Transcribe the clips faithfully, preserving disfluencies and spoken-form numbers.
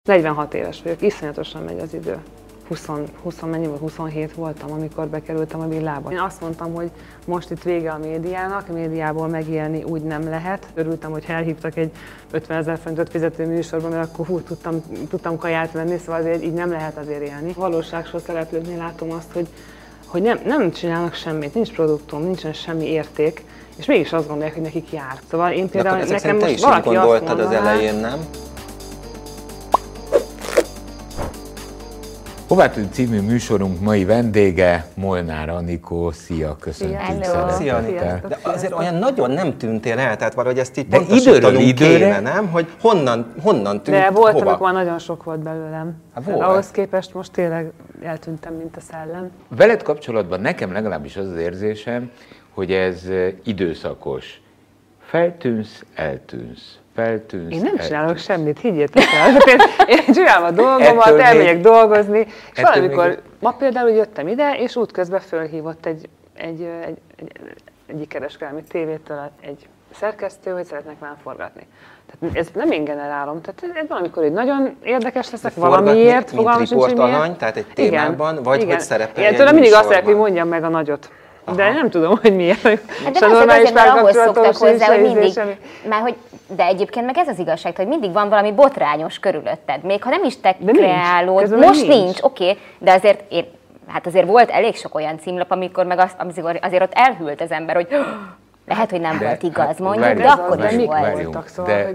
negyvenhat éves vagyok, iszonyatosan megy az idő. húsz, húsz mennyi volt, huszonhét voltam, amikor bekerültem a Villába. Én azt mondtam, hogy most itt vége a médiának, a médiából megélni úgy nem lehet. Örültem, hogy elhívtak egy ötvenezer forintot fizető műsorban, mert akkor hú, tudtam, tudtam kaját venni, szóval azért így nem lehet azért élni. Valóságos szereplőknél látom azt, hogy, hogy nem, nem csinálnak semmit, nincs produktum, nincsen semmi érték, és mégis azt gondolják, hogy nekik jár. Szóval én például de nekem te most is valaki így gondoltad azt mondaná, az elején, nem? Hová tűnt című műsorunk mai vendége Molnár Anikó. Szia, köszöntünk szeretettel. De azért olyan nagyon nem tűntél el, tehát valahogy ezt így de időről időre kéne, nem? Hogy honnan, honnan tűnt, de volt, hova? amikor nagyon sok volt belőlem. Hát volt. Ahhoz képest most tényleg eltűntem, mint a szellem. Veled kapcsolatban nekem legalábbis az az érzésem, hogy ez időszakos. Feltűnsz, eltűnsz. Feltűnsz, Én nem eltűnsz. csinálok semmit, higgyétek el. Én, én csinálom a dolgomat, Ettől elmegyek még, dolgozni, és valamikor, még... ma például jöttem ide, és útközben fölhívott egy, egy, egy, egy, egyik kereskedelmi tévétől egy szerkesztő, hogy szeretnek velem forgatni. Tehát ez nem én generálom, tehát ez valamikor egy nagyon érdekes leszek, valamiért, fogalmam sincs, hogy miért. Tehát egy témában, igen, vagy igen. Hogy szerepelj egy tőlem mindig azt mondják, hogy mondjam meg a nagyot. Aha. De nem tudom, hogy miért. Hát de azért, mert ahhoz szoktak hozzá, hogy mindig, már hogy, de egyébként meg ez az igazság, hogy mindig van valami botrányos körülötted, még ha nem is te kreálód, most nincs, nincs oké, okay, de azért, én, hát azért volt elég sok olyan címlap, amikor meg az, azért ott elhűlt az ember, hogy lehet, hogy nem de, volt igaz, hát, mondjuk, várjunk, de akkor is volt. Várjunk, szóval, de hogy...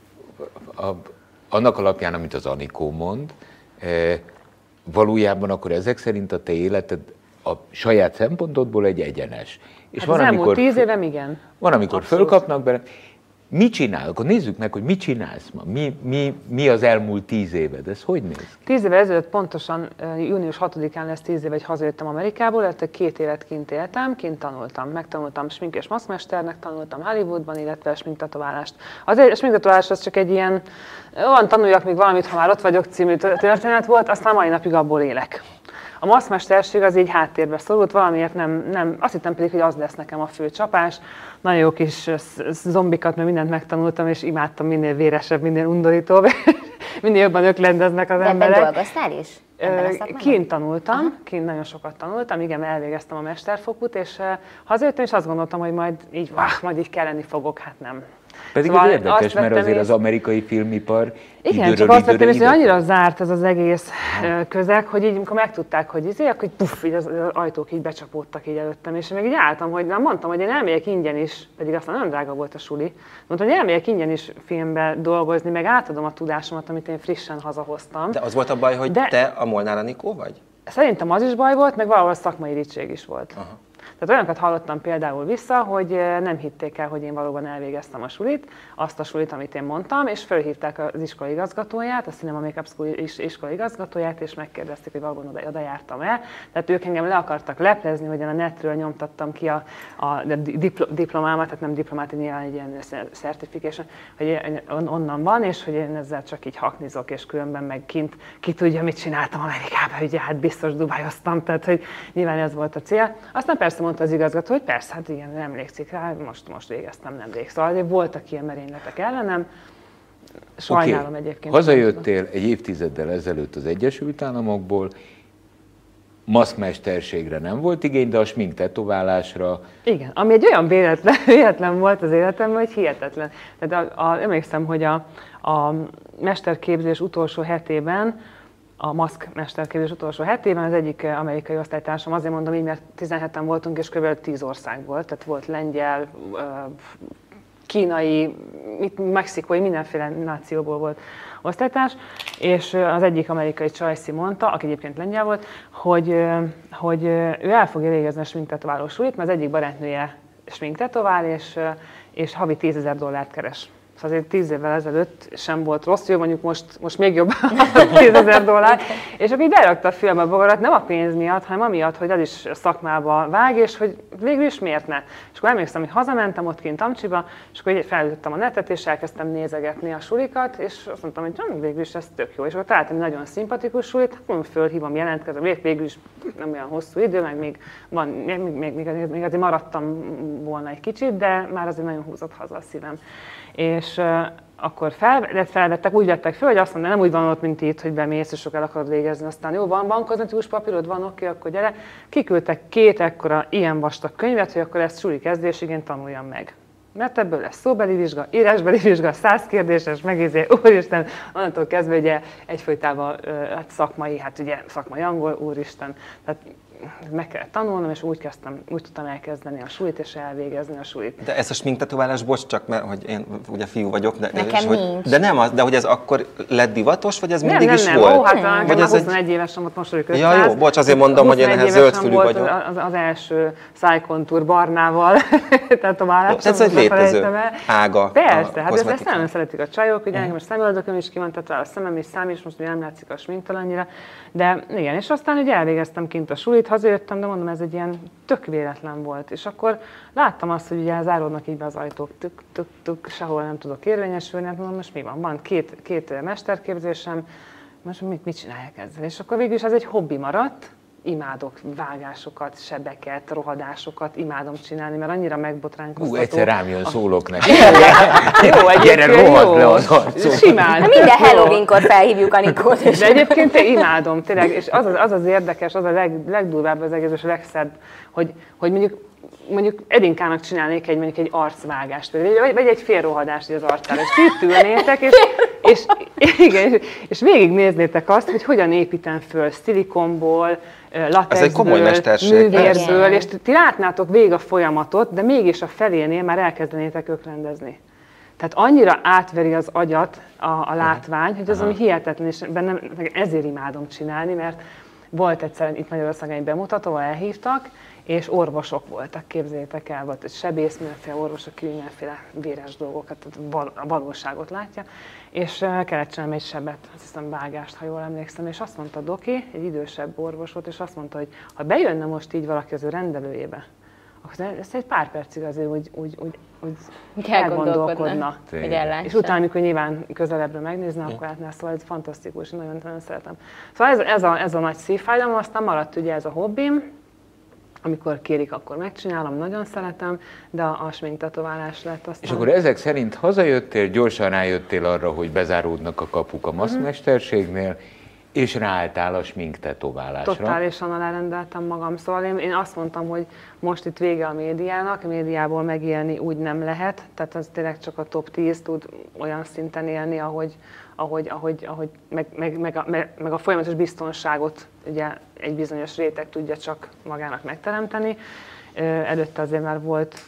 a, annak alapján, amit az Anikó mond, eh, valójában akkor ezek szerint a te életed a saját szempontodból egy egyenes. És hát van, az elmúlt amikor, tíz évem, igen. Van, amikor abszolút fölkapnak bele. Mit csinál? Akkor nézzük meg, hogy mit csinálsz ma. Mi, mi, mi az elmúlt tíz éved? Ez hogy néz ki? Tíz évvel ezelőtt pontosan június hatodikán lesz tíz év, hogy hazajöttem Amerikából, illetve két évet kint éltem, kint tanultam. Megtanultam smink- és maszkmesternek, tanultam Hollywoodban, illetve sminktetoválást. Azért a sminktetoválás az csak egy ilyen, van tanuljak még valamit, ha már ott vagyok című történet volt, aztán mai napig abból élek. A maszkmesterség az így háttérbe szorult, valamiért nem, nem, azt hittem pedig, hogy az lesz nekem a fő csapás. Nagyon jó kis zombikat, mert mindent megtanultam, és imádtam minél véresebb, minél undorítóbb, minél jobban öklendeznek az de emberek. De dolgoztál is? Kint tanultam, aha. Kint nagyon sokat tanultam, igen, elvégeztem a mesterfokút, és hazajöttem, és azt gondoltam, hogy majd így, váh, majd így kelleni fogok, hát nem. Pedig szóval ez érdekes, mert azért az amerikai filmipar igen, csak azt vettem, hogy annyira zárt ez az egész ha. közeg, hogy így, amikor megtudták, hogy izé, akkor így puff, így az, az ajtók így becsapódtak így előttem, és még így álltam, hogy nem mondtam, hogy én elmegyek ingyen is, pedig aztán nagyon drága volt a suli, mondtam, hogy elmegyek ingyen is filmbe dolgozni, meg átadom a tudásomat, amit én frissen hazahoztam. De az volt a baj, hogy de te a Molnár Anikó vagy? Szerintem az is baj volt, meg valahol szakmai irigység is volt. Aha. Tehát olyanokat hallottam például vissza, hogy nem hitték el, hogy én valóban elvégeztem a sulit, azt a sulit, amit én mondtam, és fölhívták az iskola igazgatóját, a Cinema Makeup School iskola igazgatóját, és megkérdezték, hogy valóban oda, oda jártam el. Tehát ők engem le akartak leplezni, hogy én a netről nyomtattam ki a, a dipl- diplomámat, tehát nem diplomát, nyilván egy ilyen certification, hogy onnan van, és hogy én ezzel csak így haknizok, és különben meg kint ki tudja, mit csináltam Amerikában, ugye hát biztos dubájoztam, tehát hogy nyilván ez volt a cél. Aztán persze mondta az igazgató, hogy persze, hát igen, nem emlékszik rá, most, most végeztem nemrég. Szóval voltak ilyen merényletek ellenem, sajnálom okay. Egyébként. Hazajöttél egy évtizeddel ezelőtt az Egyesült Államokból, maszkmesterségre nem volt igény, de a sminktetoválásra... Igen, ami egy olyan véletlen, véletlen volt az életemben, hogy hihetetlen. Tehát a, a, emlékszem, hogy a, a mesterképzés utolsó hetében, a maszk mesterképzés utolsó hetében az egyik amerikai osztálytársam, azért mondom így, mert tizenheten voltunk, és kb. tíz ország volt, tehát volt lengyel, kínai, mexikói, mindenféle nációból volt osztálytárs, és az egyik amerikai csajszi mondta, aki egyébként lengyel volt, hogy, hogy ő el fogja végezni a sminktetováló sulit, mert az egyik barátnője sminktetovál, és, és havi tízezer dollárt keres. Szóval azért tíz évvel ezelőtt sem volt rossz, jó, mondjuk most, most még jobb tízezer dollár. És akkor így berakta a filmbe a bogarat, nem a pénz miatt, hanem amiatt, hogy az is szakmába vág, és hogy végül is miért ne. És akkor emlékszem, hogy hazamentem ott kint Amcsiba, és akkor felütöttem a netet, és elkezdtem nézegetni a sulikat, és azt mondtam, hogy hm, végül is ez tök jó. És akkor találtam egy nagyon szimpatikus sulit, hát mondom, fölhívom, jelentkezem, végül is nem olyan hosszú idő, meg még, van, még, még, még, még azért maradtam volna egy kicsit, de már azért nagyon húzott haza a szívem. És akkor fel, felvettek, úgy vettek fel, hogy azt mondta, nem úgy van ott, mint itt, hogy bemész, és sok el akarod végezni, aztán jó, van bankozatikus papírod, van, oké, akkor gyere. Kiküldtek két ekkora ilyen vastag könyvet, hogy akkor ezt suli kezdésig én tanuljam meg. Mert ebből lesz szóbeli vizsga, írásbeli vizsga, száz kérdéses, megízé, úristen, onnantól kezdve ugye egyfolytában hát szakmai, hát ugye szakmai angol, úristen. Tehát meg kellett tanulnom, és úgy kezdtem, úgy tudtam elkezdeni a sulit, és elvégezni a sulit. De ez a sminktetoválás, bocs, csak mert hogy én ugye fiú vagyok, de, nekem hogy, nincs. De nem az, de hogy ez akkor lett divatos, vagy ez nem, mindig nem, is nem. volt? Ó, hát nem. Vagy ez huszonegy egy... évesen volt most, hogy ötszáz. Ja, jó, bocs, azért mondom, hogy én ehhez zöldfülű vagyok. Az, az, az első szájkontúr barnával tetoválásom. Ez egy létező ága. Persze, hát ezt nem szeretik a csajok, ugye nekem most szemüldököm is ki van tetoválva, a szemem is szám is, most ugye nem látszik a sminktől annyira. De igen, és aztán ugye elvégeztem kint a sulit, hazajöttem, de mondom, ez egy ilyen tök véletlen volt. És akkor láttam azt, hogy ugye záródnak így be az ajtók, tük, tük, tük, sehol nem tudok érvényesülni, hát mondom, most mi van? Van két, két mesterképzésem, most mit, mit csináljak ezzel? És akkor végül is ez egy hobbi maradt, imádok vágásokat, sebeket, rohadásokat, imádom csinálni, mert annyira megbotránkoztató. Ú, egyszer rám jön, szólok neki. Jó, gyere, rohadt le az arcot. Simán. Minden Halloweenkor felhívjuk Anikót. De egyébként én imádom, tényleg, és az az, az, az érdekes, az a leg, legdurvább az egész, és a legszebb, hogy, hogy mondjuk mondjuk Edinkának csinálnék egy, mondjuk egy arcvágást, vagy, vagy egy félrohadást az arcára, és itt ülnétek, és, és, igen, és, és végignéznétek azt, hogy hogyan építem föl szilikonból, latexből, művérből, és ti látnátok végig a folyamatot, de mégis a felénél már elkezdenétek ökrendezni. Tehát annyira átveri az agyat a, a látvány, hogy az, ami hihetetlen, és bennem, ezért imádom csinálni, mert volt egyszer itt Magyarországon egy bemutató, ahol elhívtak, és orvosok voltak, képzeljétek el, volt egy sebész, mindenféle orvos, aki mindenféle véres dolgokat, tehát a valóságot látja, és kellett csinálni egy sebet, azt hiszem vágást, ha jól emlékszem, és azt mondta a doki, egy idősebb orvos volt, és azt mondta, hogy ha bejönne most így valaki az ő rendelőjébe, akkor ezt egy pár percig azért úgy, úgy, úgy, úgy elgondolkodna. És utána, amikor nyilván közelebbről megnézne, akkor látná, szóval ez fantasztikus, nagyon, nagyon szeretem. Szóval ez, ez, a, ez a nagy szívfájdalom, aztán maradt ugye ez a hobbim, amikor kérik, akkor megcsinálom, nagyon szeretem, de a, a sminktetoválás lett aztán. És akkor ezek szerint hazajöttél, gyorsan rájöttél arra, hogy bezáródnak a kapuk a maszkmesterségnél, és ráálltál a sminktetoválásra. Totálisan alárendeltem magam, szóval én, én azt mondtam, hogy most itt vége a médiának, a médiából megélni úgy nem lehet, tehát az tényleg csak a top tíz tud olyan szinten élni, ahogy, ahogy, ahogy, ahogy meg, meg, meg, a, meg a folyamatos biztonságot ugye egy bizonyos réteg tudja csak magának megteremteni. Előtte azért már volt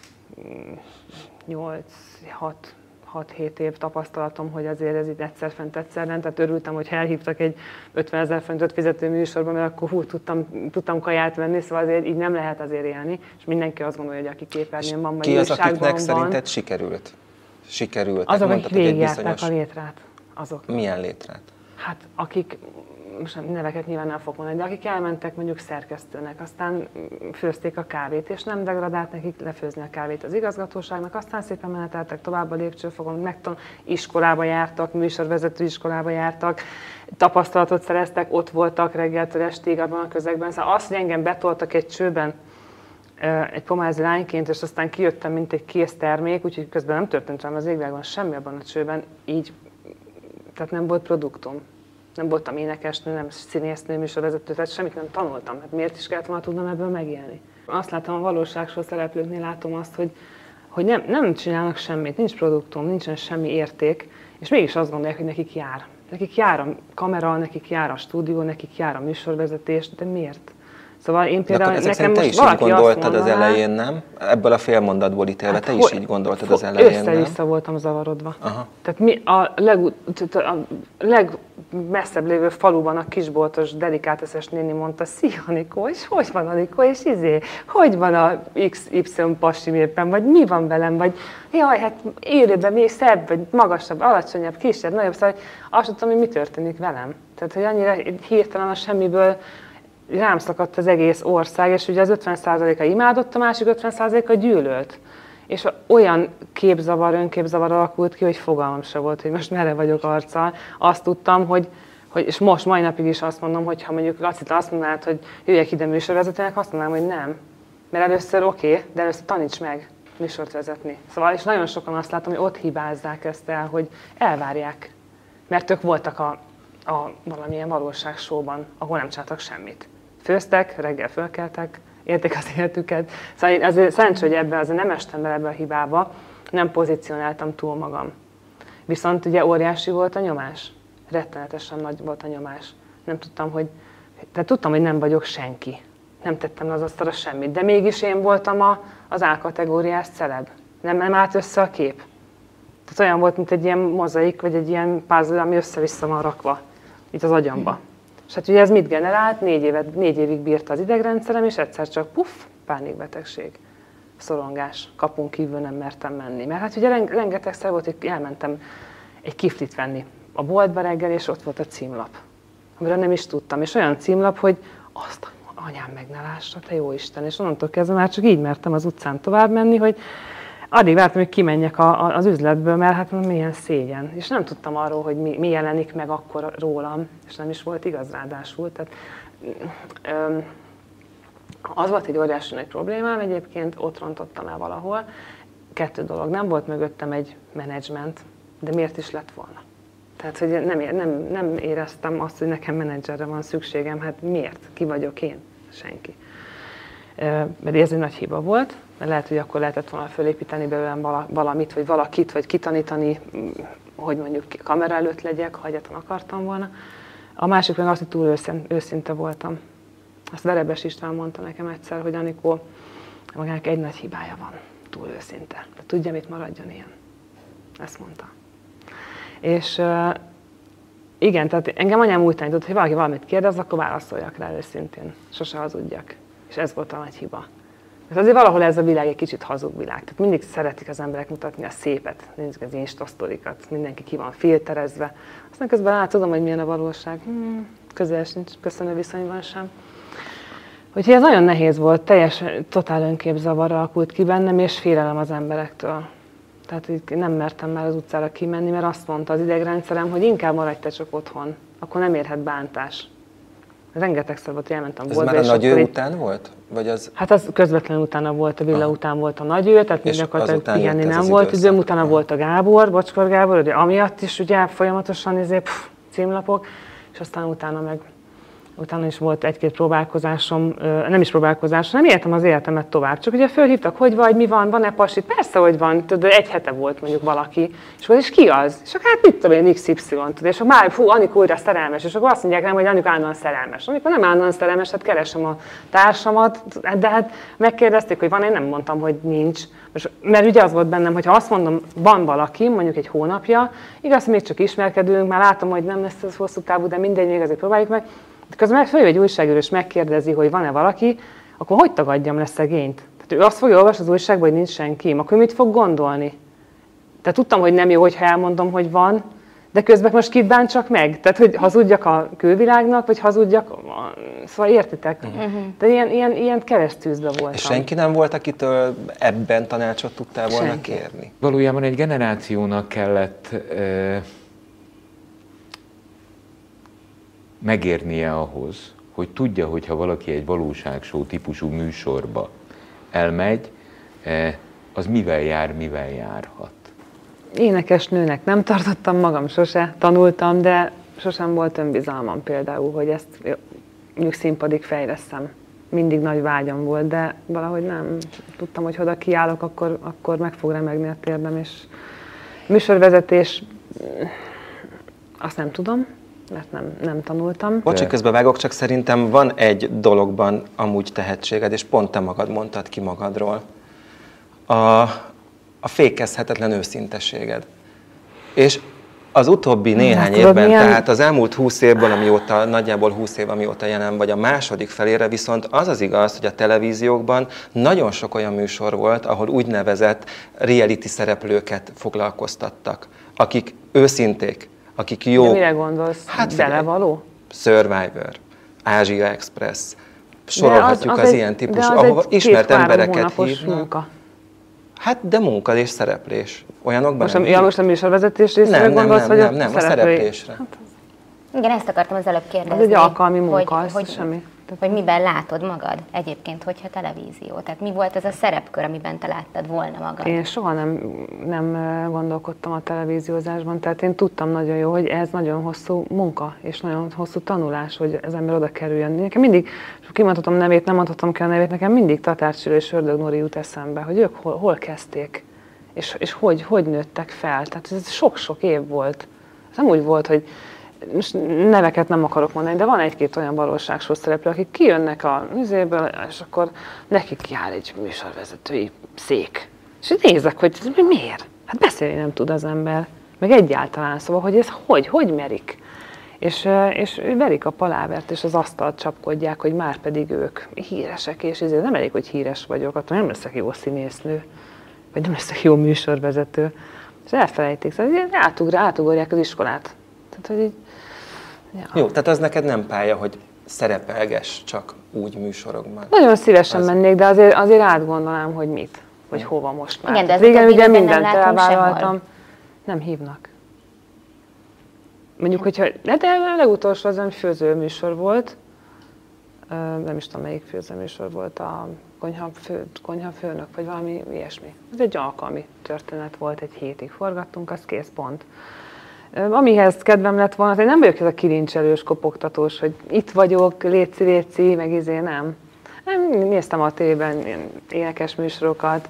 nyolc-hat hat-hét év tapasztalatom, hogy azért ez így egyszer fent, egyszer lent, tehát örültem, hogy elhívtak egy ötvenezer forintot fizető műsorba, mert akkor hú, tudtam, tudtam kaját venni, szóval azért így nem lehet azért élni, és mindenki azt gondolja, hogy aki képernyőn van, vagy újságban van. Ki az, akiknek van, szerinted sikerült? Sikerült. Azok, akik végigjárták bizonyos... a létrát. Azok. Milyen létrát? Hát akik, most neveket nyilván nem fogok mondani, de akik elmentek mondjuk szerkesztőnek, aztán főzték a kávét, és nem degradált nekik lefőzni a kávét az igazgatóságnak, aztán szépen meneteltek tovább a lépcsőfokon, megtan iskolába jártak, műsorvezető iskolába jártak, tapasztalatot szereztek, ott voltak reggeltől estig abban a közegben. Szóval azt, hogy engem betoltak egy csőben, egy pomázi lányként, és aztán kijöttem, mint egy kész termék, úgyhogy közben nem történt rám az égvilágon semmi abban a csőben, így, tehát nem volt produktum. Nem voltam énekesnő, nem színésznő, műsorvezető, tehát semmit nem tanultam. Hát miért is kellett volna tudnom ebből megélni? Azt látom a valóságshow szereplőknél, látom azt, hogy, hogy nem, nem csinálnak semmit, nincs produktum, nincsen semmi érték, és mégis azt gondolják, hogy nekik jár. Nekik jár a kamera, nekik jár a stúdió, nekik jár a műsorvezetés, de miért? Szóval én például nekem nekem te most is így gondoltad az elején, nem? Ebből a félmondatból ítélve, hát te is így gondoltad az elején, nem? Össze-vissza voltam zavarodva. Aha. Tehát mi a, leg, a legmesszebb lévő faluban a kisboltos delikáteszes néni mondta, szia Anikó, és hogy van Anikó, és izé, hogy van a iksz ipszilon pasim éppen, vagy mi van velem, vagy jaj, hát élőben még szebb, vagy magasabb, alacsonyabb, kisebb, nagyobb, szóval azt tudtam, hogy mi történik velem. Tehát, hogy annyira hirtelen a semmiből rám szakadt az egész ország, és ugye az ötven százaléka imádott, a másik ötven százaléka gyűlölt. És olyan képzavar, önképzavar alakult ki, hogy fogalmam se volt, hogy most merre vagyok arccal. Azt tudtam, hogy, hogy és most, mai napig is azt mondom, hogy ha mondjuk Lacita azt mondanád, hogy jöjjek ide műsorvezetőnek, azt mondanám, hogy nem. Mert először oké, okay, de először taníts meg. műsort vezetni. Szóval, és nagyon sokan azt látom, hogy ott hibázzák ezt el, hogy elvárják. Mert ők voltak a, a valamilyen valóságsóban, ahol nem csináltak semmit. Főztek, reggel fölkeltek, élték az életüket. Szóval én azért szerencsé, hogy ebben azért nem estem bele ebbe a hibába, nem pozícionáltam túl magam. Viszont ugye óriási volt a nyomás. Rettenetesen nagy volt a nyomás. Nem tudtam, hogy, tehát tudtam, hogy nem vagyok senki. Nem tettem az asztalra semmit, de mégis én voltam a, az A-kategóriás celeb. Nem, nem állt össze a kép. Tehát olyan volt, mint egy ilyen mozaik, vagy egy ilyen puzzle, ami össze-vissza van rakva, itt az agyamba. És hát ugye ez mit generált? Négy, évet, négy évig bírta az idegrendszerem, és egyszer csak puff, pánikbetegség, szorongás, kapun kívül nem mertem menni. Mert hát ugye rengetegszer volt, hogy elmentem egy kiflit venni a boltba reggel, és ott volt a címlap, amiről nem is tudtam. És olyan címlap, hogy azt anyám meg ne lássa, te jó Isten. És onnantól kezdve már csak így mertem az utcán tovább menni, hogy addig vártam, hogy kimenjek a, a, az üzletből, mert hát milyen szégyen. És nem tudtam arról, hogy mi, mi jelenik meg akkor rólam, és nem is volt igaz ráadásul. Tehát, öm, az volt egy óriási nagy problémám, egyébként ott rontottam el valahol. Kettő dolog, nem volt mögöttem egy menedzsment, de miért is lett volna? Tehát, hogy nem, nem, nem éreztem azt, hogy nekem menedzserre van szükségem, hát miért? Ki vagyok én? Senki. Mert ez egy nagy hiba volt, mert lehet, hogy akkor lehetett volna fölépíteni belőlem valamit, vagy valakit, vagy kitanítani, hogy mondjuk kamera előtt legyek, ha egyáltalán akartam volna. A másik meg az, hogy túl őszinte voltam. Azt Verebes István mondta nekem egyszer, hogy Anikó, magának egy nagy hibája van, túl őszinte. De tudja, mit maradjon ilyen. Ezt mondta. És uh, igen, tehát engem anyám úgy tanított, hogy valaki valamit kérdez, akkor válaszoljak rá őszintén. Sose hazudjak. És ez volt a nagy hiba. Mert azért valahol ez a világ egy kicsit hazug világ. Tehát mindig szeretik az emberek mutatni a szépet, nézzük az Insta-sztorikat, mindenki ki van filterezve. Aztán közben hát tudom, hogy milyen a valóság. Hmm, közel sincs, köszönő viszonyban sem. Úgyhogy ez nagyon nehéz volt, teljes, totál önképzavarra alakult ki bennem, és félelem az emberektől. Tehát nem mertem már az utcára kimenni, mert azt mondta az idegrendszerem, hogy inkább maradj te csak otthon, akkor nem érhet bántás. Rengetegszer volt, hogy elmentem ez boltba. Ez már a Nagyő után volt? Vagy az... Hát az közvetlenül utána volt, a Villa után volt a Nagyő, tehát mind akartak pihenni nem volt időm, utána volt a Gábor, Bocskor Gábor, de amiatt is ugye folyamatosan izé, pff, címlapok, és aztán utána meg utána is volt egy-két próbálkozásom, nem is próbálkozásom, nem éltem az életemet tovább. Csak ugye fölhívtak, hogy vagy, mi van, van-e pasi? Persze, hogy van, tudod, egy hete volt mondjuk valaki, és akkor is ki az? És akkor hát mit tudom én, iksz ipszilon, tudod, és akkor már, fú, Anikó újra szerelmes, és akkor azt mondják nem, hogy Anikó állandóan szerelmes. Amikor nem állandóan szerelmes, hát keresem a társamat, de hát megkérdezték, hogy van, én nem mondtam, hogy nincs. Mert ugye az volt bennem, hogy ha azt mondom, van valaki, mondjuk egy hónapja, igaz, még csak ismerkedünk, már látom, hogy nem lesz ez hosszú távú, de mindegy, még azért próbáljuk meg. De közben följön egy újságíró, és megkérdezi, hogy van-e valaki, akkor hogy tagadjam le szegényt? Tehát ő azt fogja olvasni az újságban, hogy nincs senki, akkor mit fog gondolni? Tehát tudtam, hogy nem jó, hogyha elmondom, hogy van, de közben most kit bántsak meg? Tehát, hogy hazudjak a külvilágnak, vagy hazudjak, szóval értitek? Uh-huh. De ilyen, ilyen, ilyen keresztűzbe voltam. És senki nem volt, akitől ebben tanácsot tudtál volna senki. kérni? Valójában egy generációnak kellett uh, megérnie ahhoz, hogy tudja, hogy ha valaki egy valóságshow típusú műsorba elmegy, uh, az mivel jár, mivel járhat. Énekesnőnek nem tartottam magam sose, tanultam, de sosem volt önbizalmam például, hogy ezt mondjuk színpadig fejleszem. Mindig nagy vágyam volt, de valahogy nem tudtam, hogy oda kiállok, akkor, akkor meg fog remegni a térdem, és műsorvezetés, azt nem tudom, mert nem, nem tanultam. Bocsi, közben vágok, csak szerintem van egy dologban amúgy tehetséged, és pont te magad mondtad ki magadról. A... a fékezhetetlen őszintességed. És az utóbbi néhány évben, tudod, milyen... tehát az elmúlt húsz évben, amióta, nagyjából húsz év, amióta jelen vagy, a második felére viszont az az igaz, hogy a televíziókban nagyon sok olyan műsor volt, ahol úgynevezett reality szereplőket foglalkoztattak, akik őszinték, akik jó... De mire gondolsz? Hát belevaló? Survivor, Ázsia Express, sorolhatjuk az, az, az egy, ilyen típus, ahol ismert embereket hívnak. Munka. Hát, de munka és szereplés. Olyanokban most nem. Ja, most a műsorvezetés részére gondolsz, vagy nem, nem, nem, a szereplésre. Hát, igen, ezt akartam az előbb kérdezni. Ez egy alkalmi munka, hogy, hogy, semmi. Vagy miben látod magad egyébként, hogyha televízió? Tehát mi volt ez a szerepkör, amiben te láttad volna magad? Én soha nem, nem gondolkodtam a televíziózásban, tehát én tudtam nagyon jó, hogy ez nagyon hosszú munka, és nagyon hosszú tanulás, hogy az ember oda kerüljön. Nekem mindig, kimondhatom nevét, nem mondhatom ki a nevét, nekem mindig Tatár Csilla és Ördög Nóri jut eszembe, hogy ők hol, hol kezdték, és, és hogy, hogy nőttek fel. Tehát ez sok-sok év volt. Ez nem úgy volt, hogy most neveket nem akarok mondani, de van egy-két olyan valóságshow szereplő, akik kijönnek a műzéből, és akkor nekik kiáll egy műsorvezetői szék. És így nézek, hogy miért? Hát beszélni nem tud az ember. Meg egyáltalán, szóval, hogy ez hogy, hogy merik? És, és verik a palávert, és az asztalt csapkodják, hogy már pedig ők híresek, és ez nem elég, hogy híres vagyok, attól nem leszek jó színésznő, vagy nem leszek jó műsorvezető. És elfelejtik, szóval átugr, átugorják az iskolát. Tehát, hogy így, ja. Jó, tehát az neked nem pálya, hogy szerepelgess csak úgy műsorokban. Nagyon szívesen az... mennék, de azért, azért átgondolnám, hogy mit, hogy ja. hova most már. Igen, de régen ugye mindent elvállaltam. Nem hívnak. Mondjuk, hogyha, de a legutolsó az, hogy főzőműsor volt, nem is tudom, melyik főzőműsor volt, a konyha, fő, konyha főnök, vagy valami ilyesmi. Ez egy alkalmi történet volt, egy hétig forgattunk, az kész pont. Amihez kedvem lett volna, én nem vagyok ez a kilincselős, kopogtatós, hogy itt vagyok, léci, léci, meg izé, nem. nem. Néztem a tévében énekes műsorokat,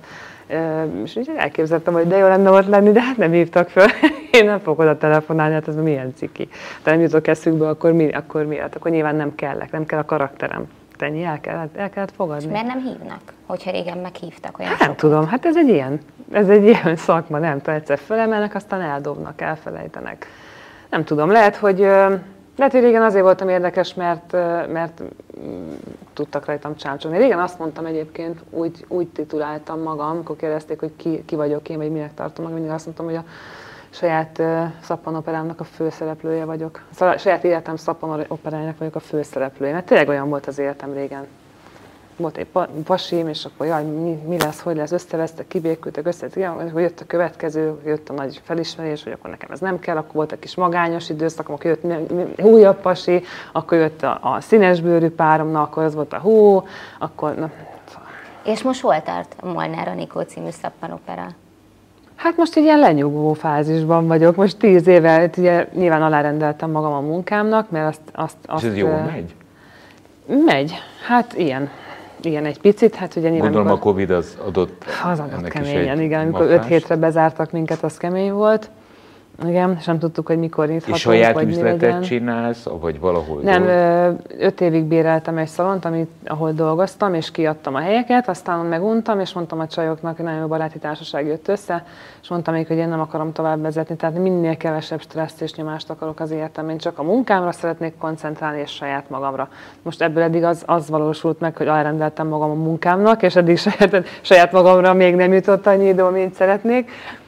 és úgy elképzeltem, hogy de jó lenne ott lenni, de hát nem hívtak föl. Én nem fogok oda telefonálni, hát ez milyen ciki. De nem jutok eszükbe, akkor mi, akkor mi hát, akkor nyilván nem kellek, nem kell a karakterem. Ennyi, el kellett, el kellett fogadni. És miért nem hívnak, hogyha régen meghívtak olyan hát nem tudom, hát ez egy ilyen, ez egy ilyen szakma, nem tudom, egyszer fölemelnek, aztán eldobnak, elfelejtenek. Nem tudom, lehet, hogy, lehet, hogy régen azért voltam érdekes, mert, mert tudtak rajtam csámcsolni. Régen azt mondtam egyébként, úgy, úgy tituláltam magam, amikor kérdezték, hogy ki, ki vagyok én, vagy minek tartom magam, mindig azt mondtam, hogy a saját uh, szappanoperámnak a főszereplője vagyok. A saját életem szappanoperájának vagyok a főszereplője, mert tényleg olyan volt az életem régen. Volt egy pasim, és akkor jaj, mi, mi lesz, hogy lesz, összevesztek, kibékültek, összevesztek, hogy jött a következő, jött a nagy felismerés, hogy akkor nekem ez nem kell, akkor volt egy kis magányos időszak, akkor jött újabb pasi, akkor jött a, a színesbőrű páromnak, akkor az volt a hú, akkor... Na. És most hol tart a Molnár Anikó című szappanopera? Hát most egy ilyen lenyugvó fázisban vagyok. Most tíz éve ugye, nyilván alárendeltem magam a munkámnak, mert azt... azt, azt és ez jól megy? Megy. Hát ilyen. Igen, egy picit. Hát ugye nyilván, gondolom amikor, a Covid az adott az adott keményen, igen. Amikor öt hétre bezártak minket, az kemény volt. Igen, és nem tudtuk, hogy mikor nyithatunk, és saját vagy üzletet csinálsz, vagy valahol Nem, dolg? öt évig béreltem egy szalont, amit, ahol dolgoztam, és kiadtam a helyeket, aztán meguntam, és mondtam a csajoknak, hogy nagyon jó baráti társaság jött össze, és mondtam még, hogy én nem akarom tovább vezetni, tehát minél kevesebb stresszt és nyomást akarok az életemben, én csak a munkámra szeretnék koncentrálni, és saját magamra. Most ebből eddig az, az valósult meg, hogy alárendeltem magam a munkámnak, és eddig saját, saját magamra még nem jutott annyi idő, mint szeretnék.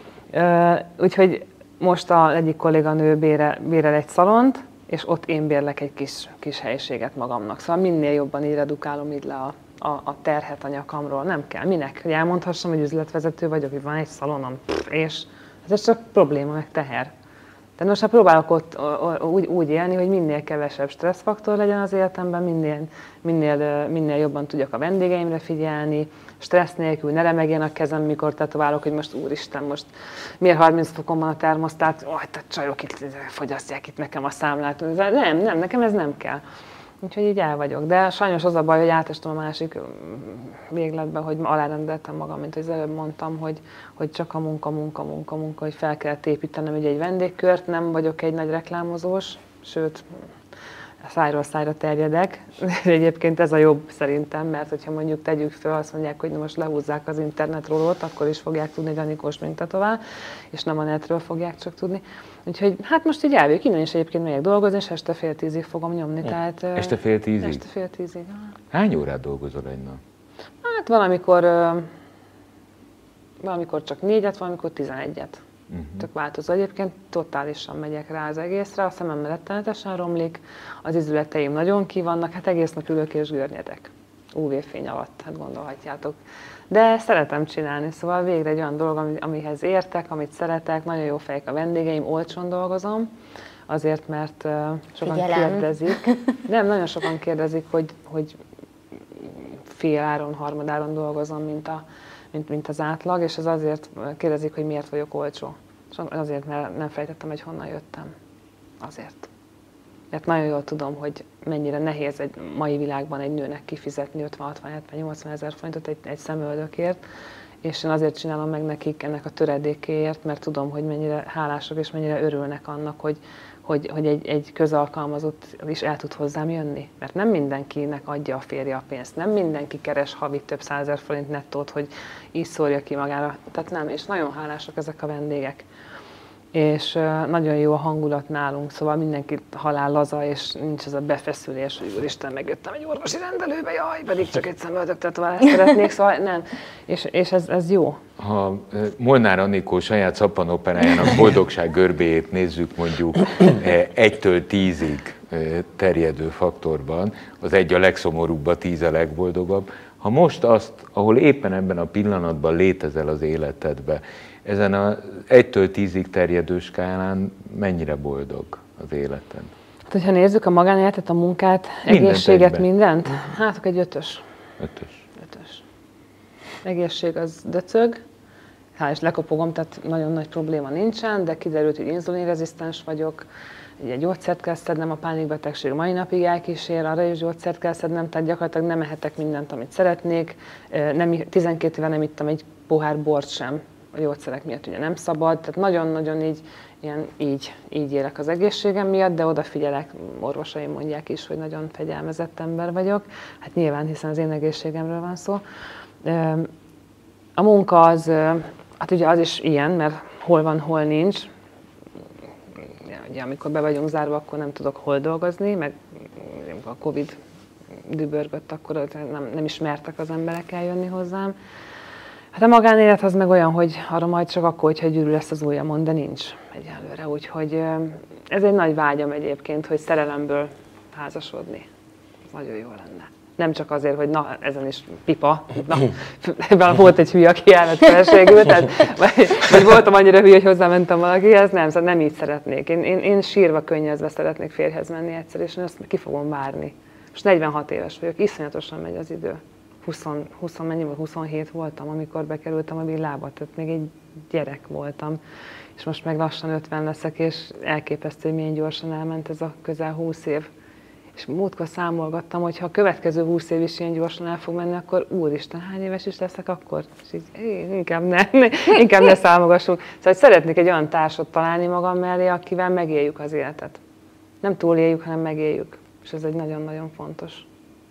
Úgyhogy most az egyik kolléganő bérel, bérel egy szalont, és ott én bérlek egy kis, kis helyiséget magamnak. Szóval minél jobban így redukálom így le a, a, a terhet a nyakamról. Nem kell. Minek? Hogy elmondhassam, hogy üzletvezető vagyok, hogy van egy szalonom, és ez csak probléma, meg teher. De most hát próbálok ott úgy, úgy élni, hogy minél kevesebb stresszfaktor legyen az életemben, minél, minél, minél jobban tudjak a vendégeimre figyelni, stressz nélkül ne remegjen a kezem, mikor tetoválok, hogy most úristen, most miért harminc fokon van a termosztát, oh, a csajok itt fogyasztják itt nekem a számlát. Nem, nem, nekem ez nem kell. Úgyhogy így el vagyok. De sajnos az a baj, hogy átestem a másik végletbe, hogy alárendeltem magam, mint hogy az előbb mondtam, hogy, hogy csak a munka, munka, munka, munka, hogy fel kellett építenem ugye egy vendégkört, nem vagyok egy nagy reklámozós, sőt, szájról szájra terjedek. Egyébként ez a jobb szerintem, mert hogyha mondjuk tegyük föl, azt mondják, hogy most lehúzzák az internetról, akkor is fogják tudni, hogy Anikós mintatovál, és nem a netről fogják csak tudni. Úgyhogy hát most így elvők, innen is egyébként megyek dolgozni, és este fél tízig fogom nyomni. Tehát, este fél tízig? Este fél tízig. Hány órát dolgozol egy nap? Hát valamikor, valamikor csak négyet, valamikor tizenegyet. Uh-huh. Tök változó. Egyébként totálisan megyek rá az egészre, a szemem rettenetesen romlik, az izületeim nagyon ki vannak, hát egész nap ülök és görnyedek. ú vé-fény alatt, hát gondolhatjátok. De szeretem csinálni, szóval végre egy olyan dolog, amihez értek, amit szeretek, nagyon jó fejek a vendégeim, olcsón dolgozom, azért, mert sokan Figyelem. kérdezik. Nem, nagyon sokan kérdezik, hogy, hogy fél áron, harmadáron dolgozom, mint, a, mint, mint az átlag, és ez azért kérdezik, hogy miért vagyok olcsó. És azért, mert nem fejtettem, hogy honnan jöttem. Azért. Mert nagyon jól tudom, hogy mennyire nehéz egy mai világban egy nőnek kifizetni ötven, hatvan, hetven, nyolcvan ezer forintot egy, egy szemöldökért, és én azért csinálom meg nekik ennek a töredékéért, mert tudom, hogy mennyire hálások és mennyire örülnek annak, hogy, hogy, hogy egy, egy közalkalmazott is el tud hozzám jönni. Mert nem mindenkinek adja a férje a pénzt, nem mindenki keres havi több százezer forint nettót, hogy így szórja ki magára. Tehát nem, és nagyon hálásak ezek a vendégek. És nagyon jó a hangulat nálunk, szóval mindenki halál laza, és nincs ez a befeszülés, hogy úristen, megjöttem egy orvosi rendelőbe, jaj, pedig csak egy szemöldöktetőválást szeretnék, szóval nem. És, és ez, ez jó. Ha Molnár Anikó saját szappanoperájának boldogság görbéjét nézzük mondjuk egytől tízig terjedő faktorban, az egy a legszomorúbb, a tíz a legboldogabb. Ha most azt, ahol éppen ebben a pillanatban létezel az életedbe, ezen az egytől tízig terjedő skálán mennyire boldog az életed? Hát, hogyha nézzük a magánéletet, a munkát, mindent egészséget, egyben. Mindent, hát egy ötös. Ötös. Ötös. Egészség az döcög, hát és lekopogom, tehát nagyon nagy probléma nincsen, de kiderült, hogy inzulinrezisztens vagyok, egy gyógyszert kell szednem, a pánikbetegség mai napig elkísér, arra is gyógyszert kell szednem, tehát gyakorlatilag nem ehetek mindent, amit szeretnék. Nem, tizenkét éve nem ittam egy pohár bort sem, a gyógyszerek miatt ugye nem szabad, tehát nagyon-nagyon így, ilyen, így, így élek az egészségem miatt, de odafigyelek, orvosaim mondják is, hogy nagyon fegyelmezett ember vagyok. Hát nyilván, hiszen az én egészségemről van szó. A munka az, hát ugye az is ilyen, mert hol van, hol nincs. Ugye, amikor be vagyunk zárva, akkor nem tudok hol dolgozni, meg a Covid dübörgött, akkor nem, nem ismertek az emberek eljönni hozzám. Hát a magánélet az meg olyan, hogy arra majd csak akkor, hogyha gyűrű lesz az ujjamon, de nincs egyelőre. Úgyhogy ez egy nagy vágyam egyébként, hogy szerelemből házasodni. Ez nagyon jó lenne. Nem csak azért, hogy na, ezen is pipa, na, ebben volt egy hülye, aki elment feleségül, tehát vagy, vagy voltam annyira hülye, hogy hozzámentem valakihez, nem, szóval nem így szeretnék. Én, én, én sírva, könnyezve szeretnék férjhez menni egyszer, és én azt ki fogom várni. Most negyvenhat éves vagyok, iszonyatosan megy az idő. húsz, húsz, mennyi volt? huszonhét voltam, amikor bekerültem a villába, tehát még egy gyerek voltam. És most meg lassan ötven leszek, és elképesztő, hogy milyen gyorsan elment ez a közel húsz év. És múltkor számolgattam, hogy ha a következő húsz év is ilyen gyorsan el fog menni, akkor úristen, hány éves is leszek akkor? És így, inkább ne, inkább ne számolgassunk. Szóval szeretnék egy olyan társat találni magam mellé, akivel megéljük az életet. Nem túléljük, hanem megéljük. És ez egy nagyon-nagyon fontos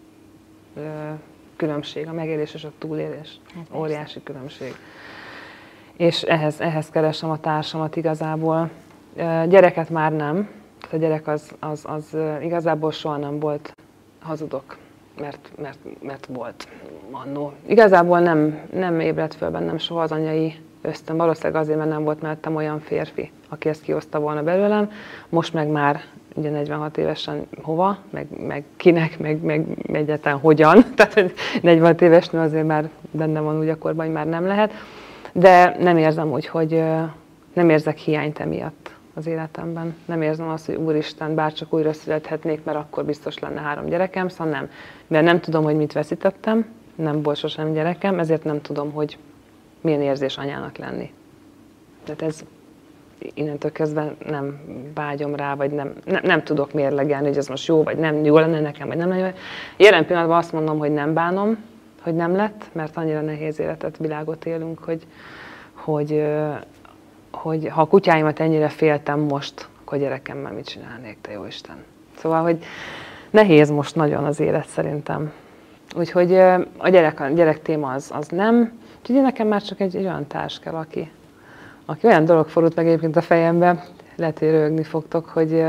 különbség, a megélés és a túlélés. Hát óriási különbség. És ehhez, ehhez keresem a társamat igazából. Gyereket már nem. A gyerek az, az, az igazából soha nem volt, hazudok, mert, mert, mert volt annó. Igazából nem, nem ébredt föl bennem soha az anyai ösztön, valószínűleg azért, mert nem volt mellettem olyan férfi, aki ezt kihozta volna belőlem. Most meg már ugye negyvenhat évesen hova, meg, meg kinek, meg, meg egyáltalán hogyan. Tehát negyvenhat éves nő azért már benne van úgy a korban, hogy már nem lehet. De nem érzem úgy, hogy nem érzek hiányt emiatt az életemben. Nem érzem azt, hogy úristen, bárcsak újra születhetnék, mert akkor biztos lenne három gyerekem, szóval nem. Mert nem tudom, hogy mit veszítettem, nem volt sosem gyerekem, ezért nem tudom, hogy milyen érzés anyának lenni. Tehát ez innentől kezdve nem vágyom rá, vagy nem, nem, nem tudok mérlegelni, hogy ez most jó, vagy nem, jó lenne nekem, vagy nem lenne jó. Jelen pillanatban azt mondom, hogy nem bánom, hogy nem lett, mert annyira nehéz életet, világot élünk, hogy, hogy hogy ha a kutyáimat ennyire féltem most, akkor a gyerekemmel mit csinálnék, te jó Isten. Szóval, hogy nehéz most nagyon az élet szerintem. Úgyhogy a gyerek, a gyerek téma az, az nem. Úgyhogy nekem már csak egy, egy olyan társ kell, aki, aki olyan dolog fordult meg egyébként a fejembe, lehet, hogy röhögni fogtok, hogy,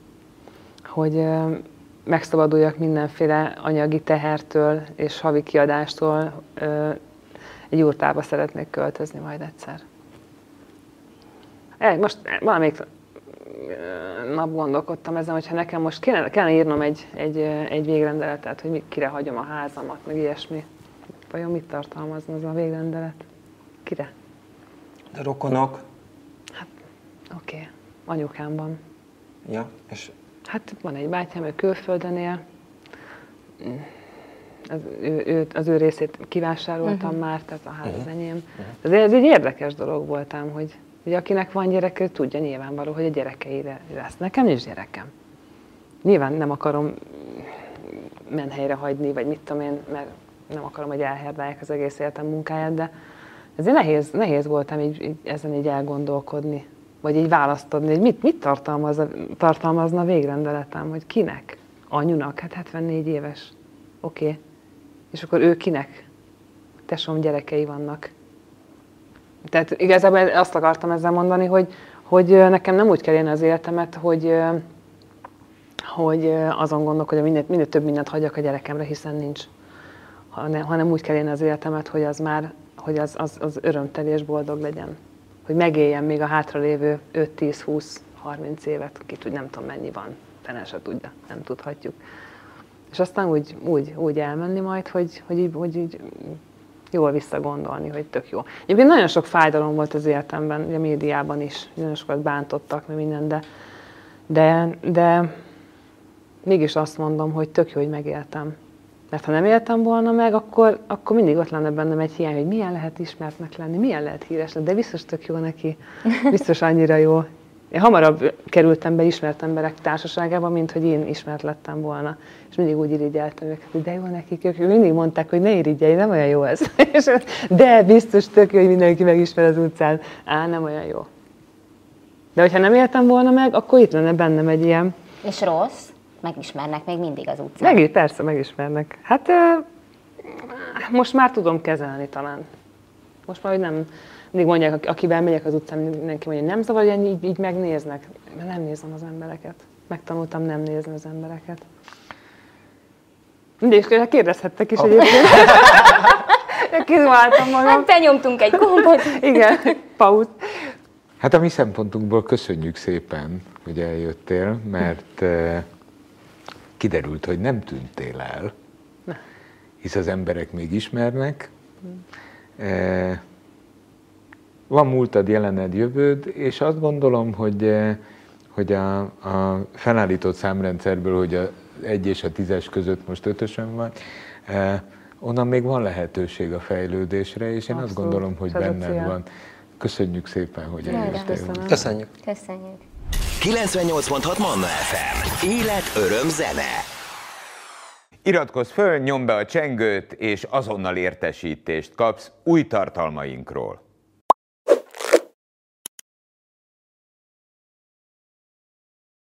hogy megszabaduljak mindenféle anyagi tehertől és havi kiadástól. Egy jurtába szeretnék költözni majd egyszer. Most valamelyik nap gondolkodtam ezen, hogyha nekem most kellene, kellene írnom egy, egy, egy végrendeletet, hogy kire hagyom a házamat, meg ilyesmi. Vajon mit tartalmazna az a végrendelet? Kire? De rokonok? Hát, oké. Okay. Anyukámban. Ja, és... Hát van egy bátyám, ő külföldön él. Az ő, ő, az ő részét kivásároltam uh-huh. már, tehát a ház uh-huh. az enyém. Uh-huh. Ez egy érdekes dolog voltam, hogy, hogy akinek van gyereke, tudja nyilvánvaló, hogy a gyerekeire lesz. Nekem nincs gyerekem. Nyilván nem akarom menhelyre hagyni, vagy mit tudom én, mert nem akarom, hogy elherdálják az egész életem munkáját, de ezért nehéz, nehéz voltam így, így ezen így elgondolkodni, vagy így választ adni, hogy mit, mit tartalmaz, tartalmazna a végrendeletem, hogy kinek? Anyunak, hát hetvennégy éves. Oké. Okay. És akkor ő kinek? Tesóm gyerekei vannak. Tehát igazából azt akartam ezzel mondani, hogy, hogy nekem nem úgy kell élni az életemet, hogy, hogy azon gondolkodom, hogy minél, minél több mindent hagyjak a gyerekemre, hiszen nincs. Hanem, hanem úgy kell élni az életemet, hogy az már, hogy az, az, az örömteli és boldog legyen. Hogy megéljen még a hátralévő öt, tíz, húsz, harminc évet, ki tud, nem tudom mennyi van, fene se tudja, nem tudhatjuk. És aztán úgy, úgy, úgy elmenni majd, hogy, hogy, így, hogy így jól visszagondolni, hogy tök jó. Egyébként nagyon sok fájdalom volt az életemben, a médiában is, nagyon sokat bántottak, meg minden, de, de, de mégis azt mondom, hogy tök jó, hogy megéltem. Mert ha nem éltem volna meg, akkor, akkor mindig ott lenne bennem egy hiány, hogy milyen lehet ismertnek lenni, milyen lehet híres lenni, de biztos tök jó neki, biztos annyira jó. Én hamarabb kerültem be ismert emberek társaságába, mint hogy én ismert lettem volna. És mindig úgy irigyeltem őket, hogy de jó nekik, ők mindig mondták, hogy ne irigyelj, nem olyan jó ez. De biztos tök jó, hogy mindenki megismer az utcán. Á, nem olyan jó. De hogyha nem éltem volna meg, akkor itt lenne bennem egy ilyen... És rossz? Megismernek még mindig az utcán? Meg, persze, megismernek. Hát most már tudom kezelni talán. Most már, hogy nem... Mindig mondják, akivel megyek az utcán, mindenki mondja, hogy nem zavar, hogy így, így megnéznek. Mert nem nézem az embereket. Megtanultam nem nézni az embereket. Mindig kérdezhettek is egyébként. Kizváltam magam. Hát benyomtunk egy gombot. Igen, pauz. Hát a mi szempontunkból köszönjük szépen, hogy eljöttél, mert eh, kiderült, hogy nem tűntél el, hisz az emberek még ismernek. Eh, Van múltad, jelened, jövőd, és azt gondolom, hogy, hogy a, a felállított számrendszerből, hogy az egy és a tízes között most ötösön van, eh, onnan még van lehetőség a fejlődésre, és én Abszolút. Azt gondolom, hogy benned van. Köszönjük szépen, hogy eljöttél. Köszönjük. Köszönjük. kilencvennyolc pont hat Manna ef em. Élet, öröm, zene. Iratkozz föl, nyomd be a csengőt, és azonnal értesítést kapsz új tartalmainkról.